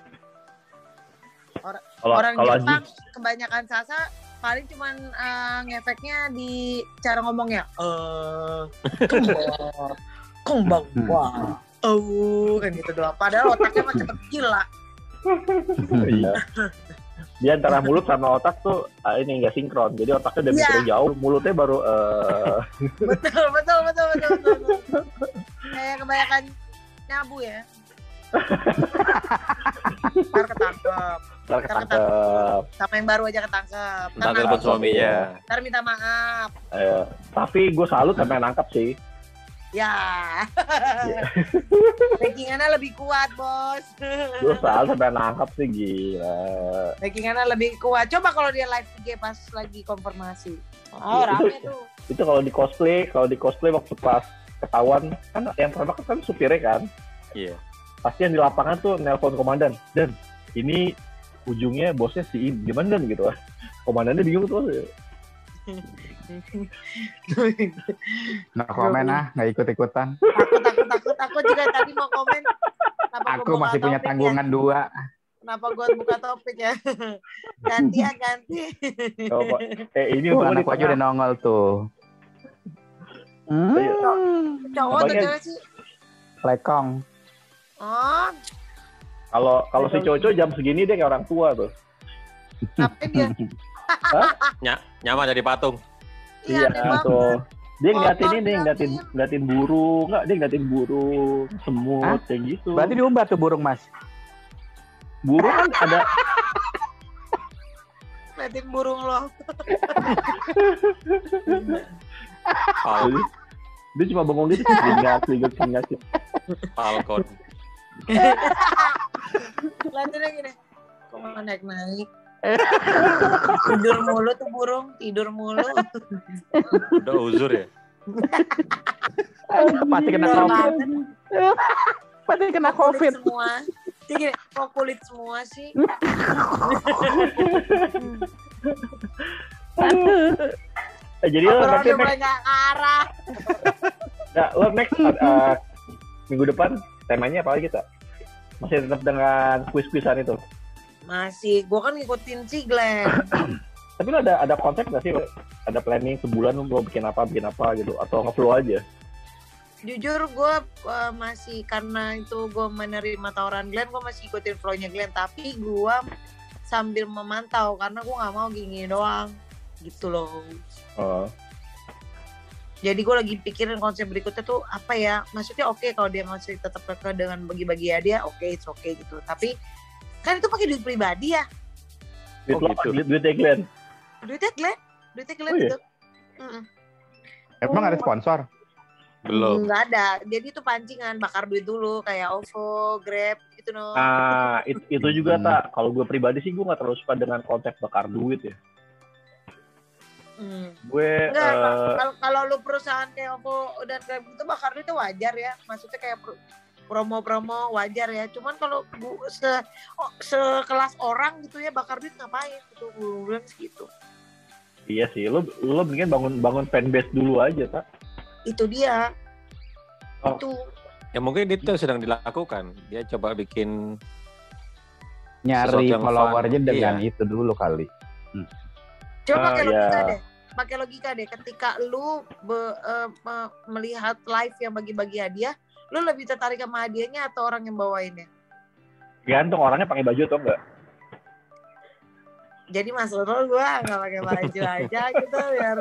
Orang Jepang kebanyakan Sasa paling cuman ngefeknya di cara ngomongnya. Konbanwa. Kan gitu doang. Padahal otaknya mah cepet gila. Iya. Dia antara mulut sama otak tuh ini nggak sinkron. Jadi otaknya udah mikirnya jauh, mulutnya baru Betul. Kayak kebanyakan nyabu ya. Ntar ketangkep. Sama yang baru aja ketangkep. Ntar telepon suaminya. Ntar minta maaf. Tapi gue salut sampai nangkap sih. Ya. Backingannya lebih kuat, Bos. Gue salut sampai nangkap sih, gila. Backingannya lebih kuat. Coba kalau dia live IG pas lagi konfirmasi. Oh, rame tuh. Itu kalau di cosplay waktu pas ketahuan kan yang pertama kan supirnya kan. Iya. Pasti yang di lapangan tuh nelpon komandan. Dan ini ujungnya bosnya si ini gimana dan gitu. Komandannya bingung tuh. Nggak komen nggak ikut-ikutan. Takut. Aku juga tadi mau komen. Aku masih punya tanggungan 2. Kenapa gue buka topik ya? Ganti. Ini anak aja udah nongol tuh. Cowok atau cewek sih? Lekong. Oh, kalau si Coco jam segini dia kayak orang tua tuh. tapi dia Nyaman jadi patung. Iya tuh. Dia ngeliatin burung, dia ngeliatin burung, semut kayak gitu. Berarti diumbar tuh burung, Mas. Burung kan ada. ngeliatin burung lo. Dia cuma bengong gitu, keringat. Falcon. Ngeliatinnya gini. Kok malah naik. Tidur mulu tuh burung, tidur mulu. Udah uzur ya? Pasti kena COVID. Pasti kena COVID. Semua. Gini, kok kulit semua sih? Jadi lo nanti mulai nggak arah. Nah, lo next minggu depan temanya apa lagi kita? Masih tetap dengan kuis-kuisan itu? Masih, gue kan ngikutin si Glenn. Tapi lo ada konsep nggak sih? Ada planning sebulan lo bikin apa gitu? Atau nge-flow aja? Jujur gue masih, karena itu gue menerima tawaran Glenn, gue masih ikutin flow-nya Glenn. Tapi gue sambil memantau, karena gue gak mau gini doang. Gitu loh. Jadi gue lagi pikirin konsep berikutnya tuh apa ya. Maksudnya oke, kalau dia masih tetap kekeh dengan bagi-bagi hadiah, oke, it's okay gitu. Tapi kan itu pakai duit pribadi ya. Duitnya Glenn? Duitnya Glenn iya? gitu. Emang ada sponsor? Belum. Nggak ada. Jadi itu pancingan, bakar duit dulu kayak OVO, Grab gitu no. Itu juga tak. Kalau gue pribadi sih gue nggak terlalu suka dengan konsep bakar duit ya. Gue kalau lu perusahaan kayak OVO dan Grab itu bakar duit itu wajar ya. Maksudnya kayak promo-promo wajar ya. Cuman kalau sekelas orang gitu ya bakar duit ngapain gitu. Gue bilang segitu. Iya sih. Lo mendingan bangun fanbase dulu aja tak. Itu dia. Itu. Ya mungkin itu sedang dilakukan. Dia coba bikin nyari followernya dengan itu dulu kali. Coba pakai logika deh. Pakai logika deh. Ketika lu melihat live yang bagi-bagi hadiah, lu lebih tertarik sama hadiahnya atau orang yang bawainnya? Gantung orangnya pakai baju atau enggak. Jadi Mas Nurul gue nggak pakai baju aja gitu biar.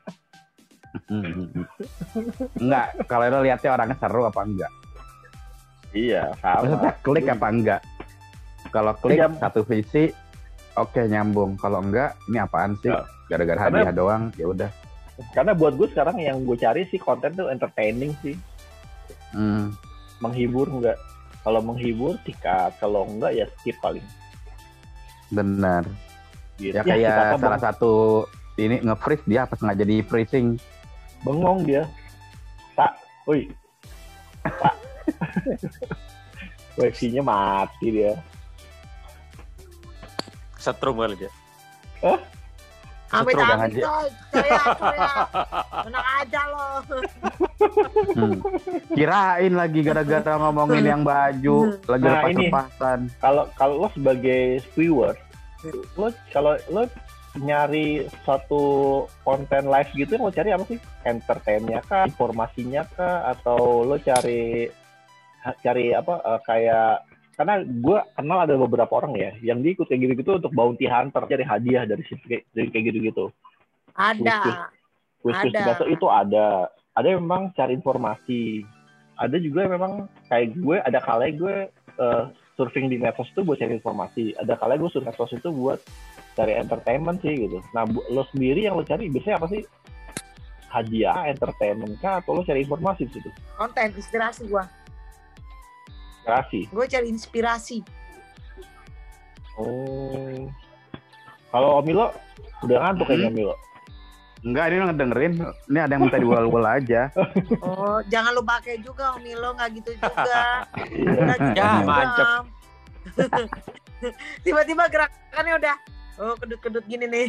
Enggak, kalau lo lihatnya orangnya seru apa enggak? Iya, sama. Maksudnya klik apa enggak? Kalau klik satu visi, oke nyambung. Kalau enggak, ini apaan sih? Gara-gara hadiah doang, ya udah. Karena buat gue sekarang yang gue cari sih konten tuh entertaining sih. Menghibur enggak? Kalau menghibur sikat, kalau enggak ya skip paling. Benar. Gitu. Ya kayak salah satu ini nge-freeze dia pas nggak jadi freezing. Bengong dia. Pak, woi. Pak. Wifi-nya mati dia. Setrum kali dia. Amit-amit coy. Enak aja loh. Kirain lagi gara-gara ngomongin yang baju lagi lepas-lepasan. Kalau lo sebagai viewer, kalau lo nyari satu konten live gitu, lo cari apa sih? Entertainnya kah, informasinya kah, atau lo cari apa kayak karena gue kenal ada beberapa orang ya yang dia ikut kayak gitu-gitu untuk bounty hunter, cari hadiah dari kayak gitu-gitu. Ada. Kuis-kuis Picasso itu ada yang memang cari informasi, ada juga yang memang kayak gue, ada kalanya gue surfing di medsos itu buat cari informasi, ada kalanya gue surfing medsos itu buat cari entertainment sih gitu. Nah lo sendiri yang lo cari biasanya apa sih? Hadiah, entertainment kah, atau lo cari informasi di situ? Konten, inspirasi gue. Inspirasi. Gue cari inspirasi. Oh. Kalau Omilo udah ngantuk kayaknya Omilo. Enggak, ini ngedengerin. Ini ada yang minta diwal-wal aja. Oh, jangan lu pakai juga Omilo, nggak gitu juga. Nggak gitu Ya, juga. mantep. Tiba-tiba gerakannya udah, oh kedut-kedut gini nih.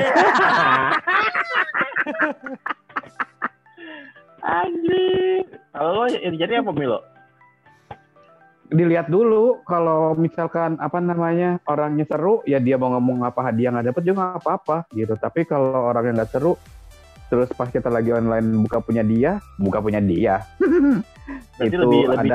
Anjir. Kalau lo yang jadi apa Milo? Dilihat dulu kalau misalkan apa namanya orangnya seru ya dia mau ngomong apa hadiah nggak dapet juga nggak apa-apa gitu. Tapi kalau orangnya nggak seru terus pas kita lagi online buka punya dia Berarti itu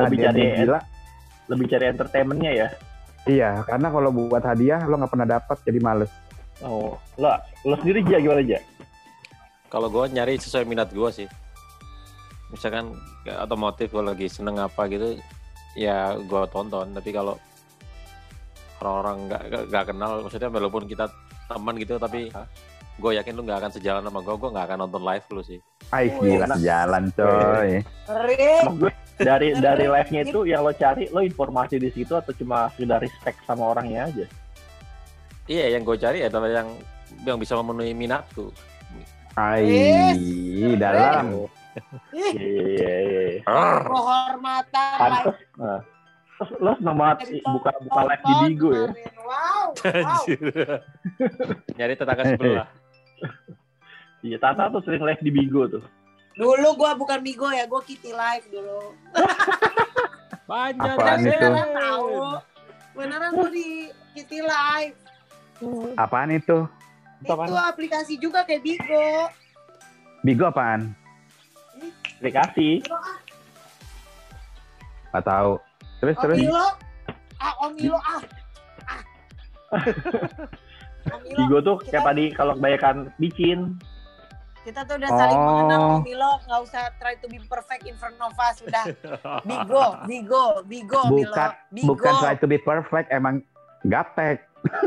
lebih cari entertainmentnya ya? Iya, karena kalau buat hadiah lo nggak pernah dapat jadi males. Oh, lo sendiri aja gimana aja? Kalau gue nyari sesuai minat gue sih. Misalkan kayak otomotif gue lagi seneng apa gitu, ya gue tonton. Tapi kalau orang-orang nggak kenal, maksudnya walaupun kita teman gitu, tapi gue yakin lu nggak akan sejalan sama gue nggak akan nonton live lu sih. Ay, gila sejalan coy. Dari live-nya itu yang lo cari, lo informasi di situ atau cuma sekedar respect sama orangnya aja? Iya, yang gue cari adalah yang bisa memenuhi minatku. Ay, dalam. Iya. Kehormatan. Pantes. Nah. Terus lo seneng banget buka live di Bigo ya? Wow. Nyari tetangga sebelah. Iya, Tata tuh sering live di Bigo tuh. Dulu gue bukan Bigo ya, gue Kitty Live dulu. Banyak. Apaan itu? Beneran tahu. Beneran gue di Kitty Live. Apaan itu? Itu aplikasi juga kayak Bigo. Bigo apaan? Aplikasi. Nggak tahu. Terus. Omilo. Omilo. Bigo tuh kayak tadi kalau kebanyakan bikin. Kita tuh udah saling mengenal Omilo, nggak usah try to be perfect in front of us, udah. Bigo, Omilo. Bukan try to be perfect, emang gaptek.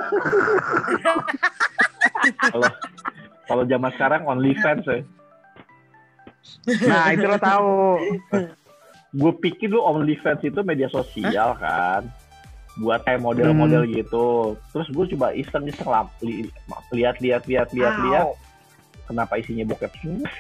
Kalau zaman sekarang OnlyFans ya. Nah itu lo tahu. Gue pikir lu OnlyFans itu media sosial kan, buat kayak model-model gitu. Terus gue coba iseng lihat. Kenapa isinya bokep semua?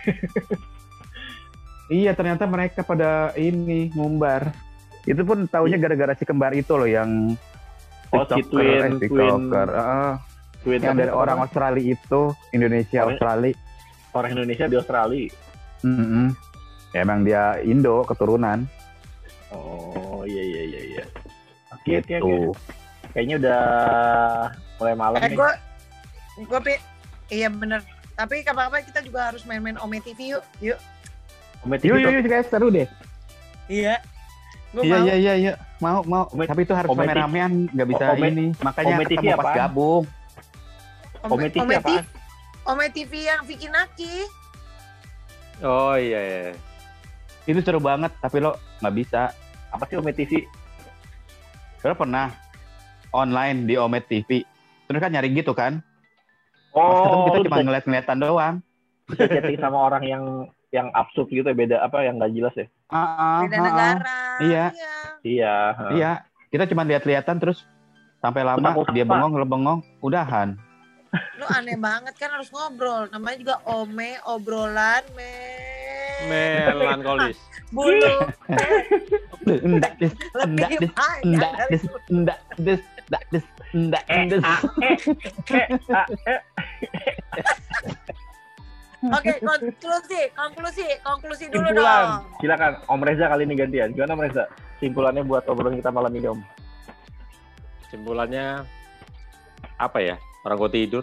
Iya, ternyata mereka pada ini ngumbar. Itu pun taunya gara-gara si kembar itu loh yang TikToker. Yang dari orang Australia itu, Australia. Orang Indonesia di Australia. Ya, emang dia Indo keturunan. Oh iya. Oke. Kayaknya udah mulai malam nih. Gue iya bener. Tapi kapan-kapan kita juga harus main-main Ome TV yuk. Ome TV yuk guys, seru deh. Iya. Iya. Mau. Tapi itu harus rame-ramean, nggak bisa ini. Makanya ketemu pas gabung. Ome TV apaan? Ome TV yang Vicky Naki. Oh iya. Itu seru banget, tapi lo nggak bisa. Apa sih Ome TV? Lo pernah online di Ome TV, terus kan nyari gitu kan? Oh, kita cuma ngeliat-ngeliatan doang. Bisa chatting sama orang yang absurd gitu ya, beda apa yang nggak jelas ya? Beda negara. Iya. Kita cuma lihat-lihatan terus sampai lama dia bengong, lo bengong, udahan. Lu aneh banget kan, harus ngobrol. Namanya juga Ome, obrolan, melankolis. Bulu. Enggak. Oke, konklusi dulu dong. Silakan Om Reza kali ini gantian. Gimana Om Reza? Simpulannya buat obrolan kita malam ini Om. Simpulannya apa ya? Orang gue tidur.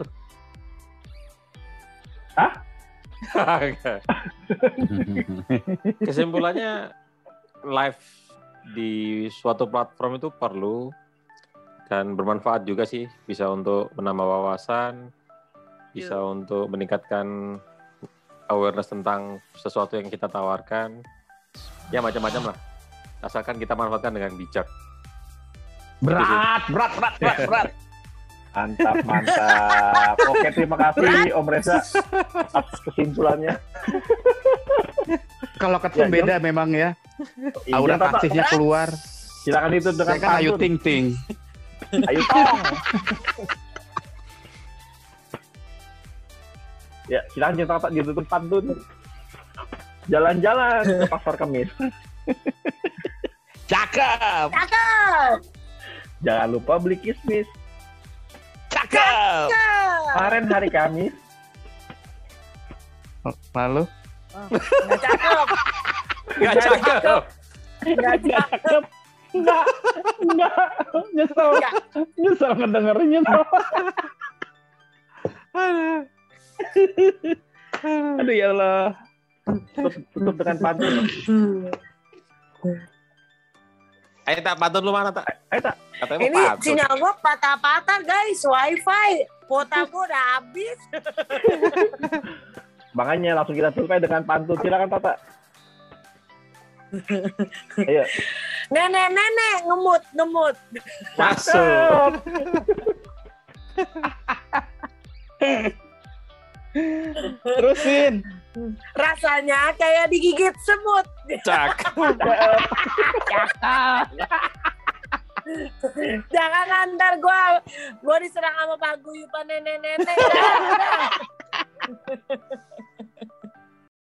Hah? Kesimpulannya live di suatu platform itu perlu dan bermanfaat juga sih, bisa untuk menambah wawasan, bisa untuk meningkatkan awareness tentang sesuatu yang kita tawarkan, ya macam-macam lah, asalkan kita manfaatkan dengan bijak. Berat. Mantap. Oke, terima kasih Om Reza atas kesimpulannya. Kalau ketum beda memang ya. Aura kasihnya keluar. Silakan itu dengan Saya kan Ayu Ting Ting. Ayo tong. Ya, silakan cerita gitu tuh pantun. Jalan-jalan ke Pasar Kemis. Cakep. Jangan lupa beli kismis. Cakep. Kemarin hari Kamis. Lalu? Nggak cakep. Nggak cakep. Enggak. Nyesel ngedengernya. Aduh ya Allah. Tutup dengan pantun. Ayo tak, pantun lu mana tak? Ayo tak. Katanya Ini mau pantun. sinyal gua patah-patah guys, wifi. Kuota gua udah habis. Makanya langsung kita tutup dengan pantun. Silakan Tata. Ayo. Nenek ngemut. Masuk. Terusin. Rasanya kayak digigit semut. Cakep. Jangan antar gua diserang sama paguyuban nenek-nenek.